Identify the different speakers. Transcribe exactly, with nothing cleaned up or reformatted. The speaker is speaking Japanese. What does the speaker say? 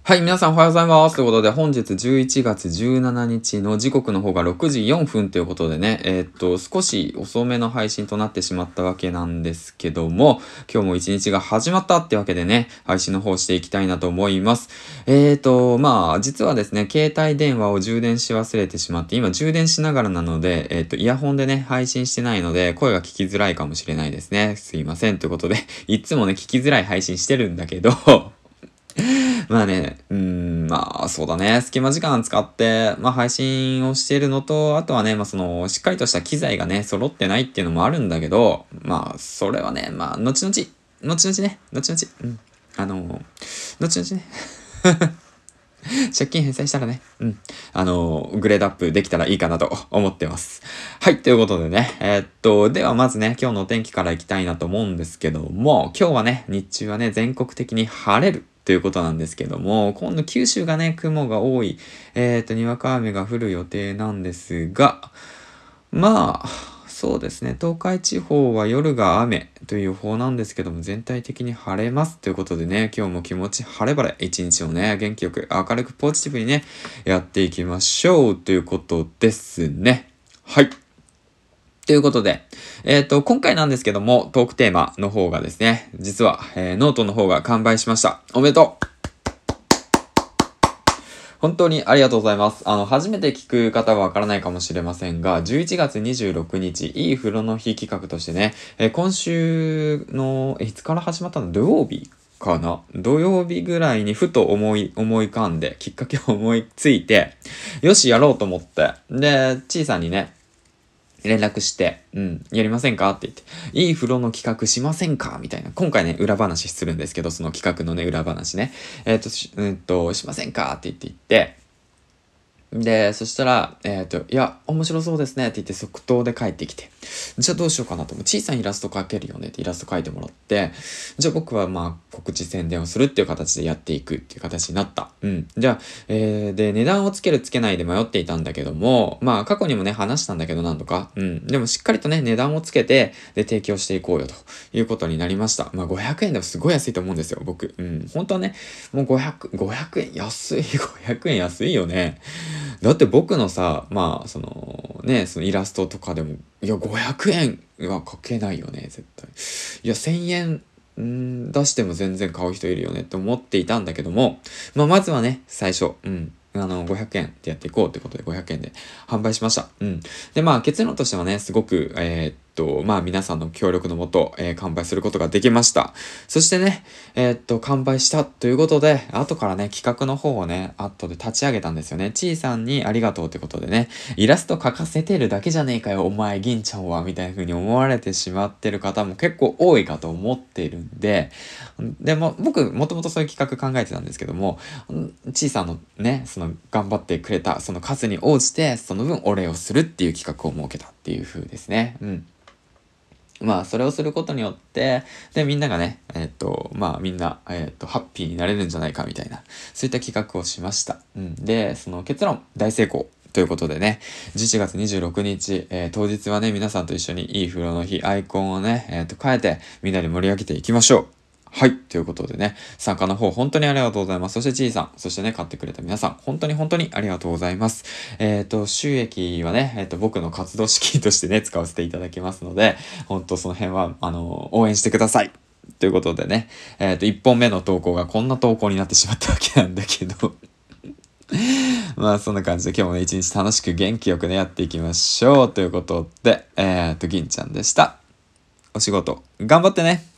Speaker 1: はい、皆さんおはようございます。ということで、本日じゅういちがつじゅうしちにちの時刻の方がろくじよんぷんということでね、えー、っと、少し遅めの配信となってしまったわけなんですけども、今日も一日が始まったってわけでね、配信の方していきたいなと思います。えー、っと、まあ、実はですね、携帯電話を充電し忘れてしまって、今充電しながらなので、えー、っと、イヤホンでね、配信してないので、声が聞きづらいかもしれないですね。すいません。ということで、いつもね、聞きづらい配信してるんだけど、まあね、うーん、まあそうだね。隙間時間使って、まあ配信をしているのと、あとはね、まあその、しっかりとした機材がね、揃ってないっていうのもあるんだけど、まあそれはね、まあ後々、後々ね、後々、うん。あの、後々ね、借金返済したらね、うん。あの、グレードアップできたらいいかなと思ってます。はい、ということでね、えー、っと、ではまずね、今日のお天気からいきたいなと思うんですけども、今日はね、日中はね、全国的に晴れる。ということなんですけども、今度九州がね、雲が多い、えっと、にわか雨が降る予定なんですが、まあ、そうですね、東海地方は夜が雨という予報なんですけども、全体的に晴れますということでね、今日も気持ち晴れ晴れ、一日をね、元気よく明るくポジティブにね、やっていきましょうということですね。はい。ということで、えっと、今回なんですけども、トークテーマの方がですね、実は、えー、ノートの方が完売しました。おめでとう本当にありがとうございます。あの、初めて聞く方はわからないかもしれませんが、じゅういちがつにじゅうろくにち、いい風呂の日企画としてね、えー、今週の、いつから始まったの土曜日かな土曜日ぐらいにふと思い、思い浮かんで、きっかけを思いついて、よし、やろうと思って、で、ちいさんにね、連絡して、うん、やりませんかって言って、いい風呂の企画しませんかみたいな。今回ね、裏話するんですけど、その企画のね、裏話ね。えっ、ー、と、し、えっ、ー、と、しませんかって言って言って、で、そしたら、えっ、ー、と、いや、面白そうですねって言って即答で帰ってきて、じゃあどうしようかなと思う。小さいイラスト描けるよねってイラスト描いてもらって、じゃあ僕はまあ告知宣伝をするっていう形でやっていくっていう形になった。うん。じゃあ、えー、で、値段をつけるつけないで迷っていたんだけども、まあ過去にもね、話したんだけど何度か。うん。でもしっかりとね、値段をつけて、で、提供していこうよということになりました。まあごひゃくえんでもすごい安いと思うんですよ、僕。うん。本当はね、もうごひゃく、ごひゃくえん安い、ごひゃくえん安いよね。だって僕のさ、まあ、その、ね、そのイラストとかでも、いや、ごひゃくえんはかけないよね、絶対。いや、せんえん、ん出しても全然買う人いるよねって思っていたんだけども、まあ、まずはね、最初、うん。あの、ごひゃくえんでやっていこうってことでごひゃくえんで販売しました。うん。で、まあ結論としてはね、すごく、えー、っと、まあ皆さんの協力のもと、えー、完売することができました。そしてね、えー、っと、完売したということで、後からね、企画の方をね、後で立ち上げたんですよね。ちいさんにありがとうってことでね、イラスト描かせてるだけじゃねえかよ、お前、銀ちゃんは、みたいな風に思われてしまってる方も結構多いかと思っているんで、でも、僕、もともとそういう企画考えてたんですけども、ちいさんのね、その、頑張ってくれた、その数に応じて、その分お礼をするっていう企画を設けたっていう風ですね。うん。まあ、それをすることによって、で、みんながね、えっと、まあ、みんな、えっと、ハッピーになれるんじゃないかみたいな、そういった企画をしました。うん。で、その結論、大成功。ということでね、じゅういちがつにじゅうろくにち、えー、当日はね、皆さんと一緒にいい風呂の日、アイコンをね、えっと、変えて、みんなで盛り上げていきましょう。はい。ということでね、参加の方本当にありがとうございます。そしてちいさん、そしてね、買ってくれた皆さん、本当に本当にありがとうございます。えっと、収益はね、えっと、僕の活動資金としてね、使わせていただきますので、本当その辺は、あの、応援してください。ということでね、えっと、いっぽんめの投稿がこんな投稿になってしまったわけなんだけどまあそんな感じで今日もね一日楽しく元気よくねやっていきましょうということで、えっと銀ちゃんでした。お仕事頑張ってね。